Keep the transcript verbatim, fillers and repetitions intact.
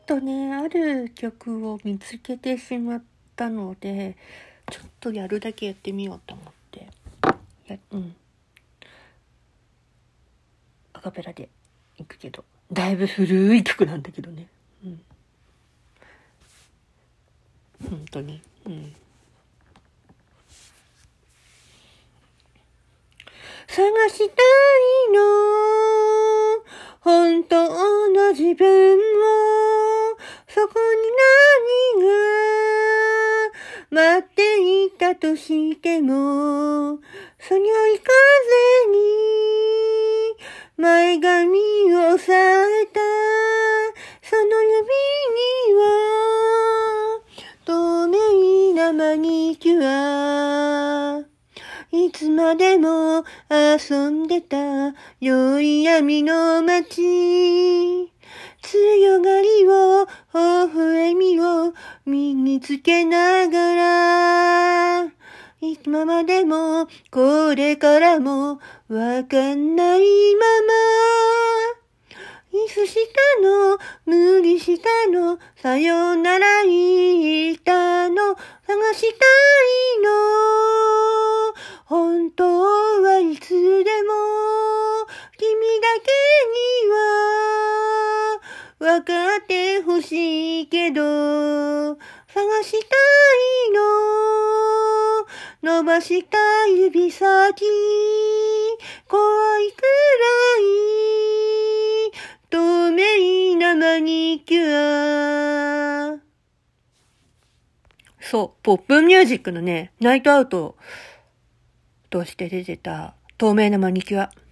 とね、ある曲を見つけてしまったので、ちょっとやるだけやってみようと思って、や、うん。アカペラでいくけど、だいぶ古い曲なんだけどね。うん。本当に。うん。探したいの、本当の自分を、そこに何が待っていたとしても、そよい風に前髪を押さえたその指には透明なマニキュア、いつまでも遊んでた宵闇の街、強がりを微笑みを身につけながら、今までもこれからもわかんないまま、いつしたの無理したのさよなら言ったの探したいの、本当はいつでも君だけには分かってほしいけど、探したいの、伸ばした指先怖いくらい透明なマニキュア。そう、ポップミュージックのね、ナイトアウトとして出てた透明なマニキュア。